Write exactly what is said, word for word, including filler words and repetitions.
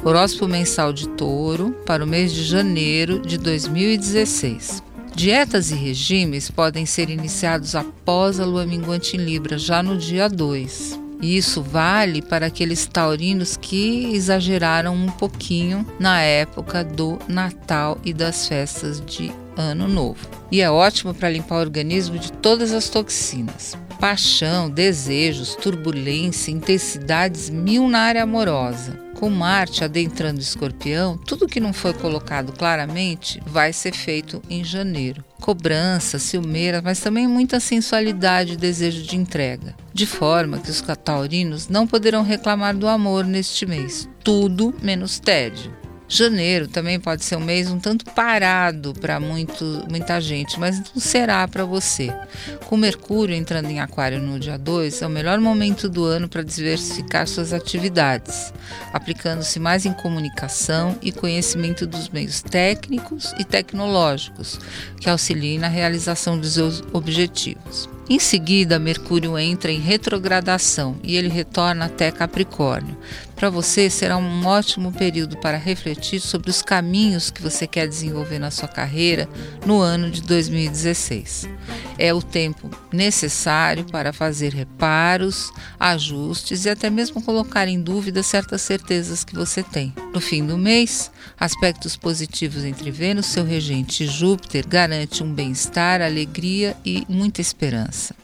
Horóscopo mensal de Touro para o mês de janeiro de dois mil e dezesseis. Dietas e regimes podem ser iniciados após a lua minguante em Libra, já no dia dois. E isso vale para aqueles taurinos que exageraram um pouquinho na época do Natal e das festas de Ano Novo. E é ótimo para limpar o organismo de todas as toxinas. Paixão, desejos, turbulência, intensidades mil na área amorosa. Com Marte adentrando o Escorpião, tudo que não foi colocado claramente vai ser feito em janeiro. Cobrança, ciumeira, mas também muita sensualidade e desejo de entrega. De forma que os taurinos não poderão reclamar do amor neste mês. Tudo menos tédio. Janeiro também pode ser um mês um tanto parado para muita gente, mas não será para você. Com Mercúrio entrando em Aquário no dia dois, é o melhor momento do ano para diversificar suas atividades, aplicando-se mais em comunicação e conhecimento dos meios técnicos e tecnológicos, que auxiliem na realização dos seus objetivos. Em seguida, Mercúrio entra em retrogradação e ele retorna até Capricórnio. Para você, será um ótimo período para refletir sobre os caminhos que você quer desenvolver na sua carreira no ano de dois mil e dezesseis. É o tempo necessário para fazer reparos, ajustes e até mesmo colocar em dúvida certas certezas que você tem. No fim do mês, aspectos positivos entre Vênus, seu regente, e Júpiter garante um bem-estar, alegria e muita esperança.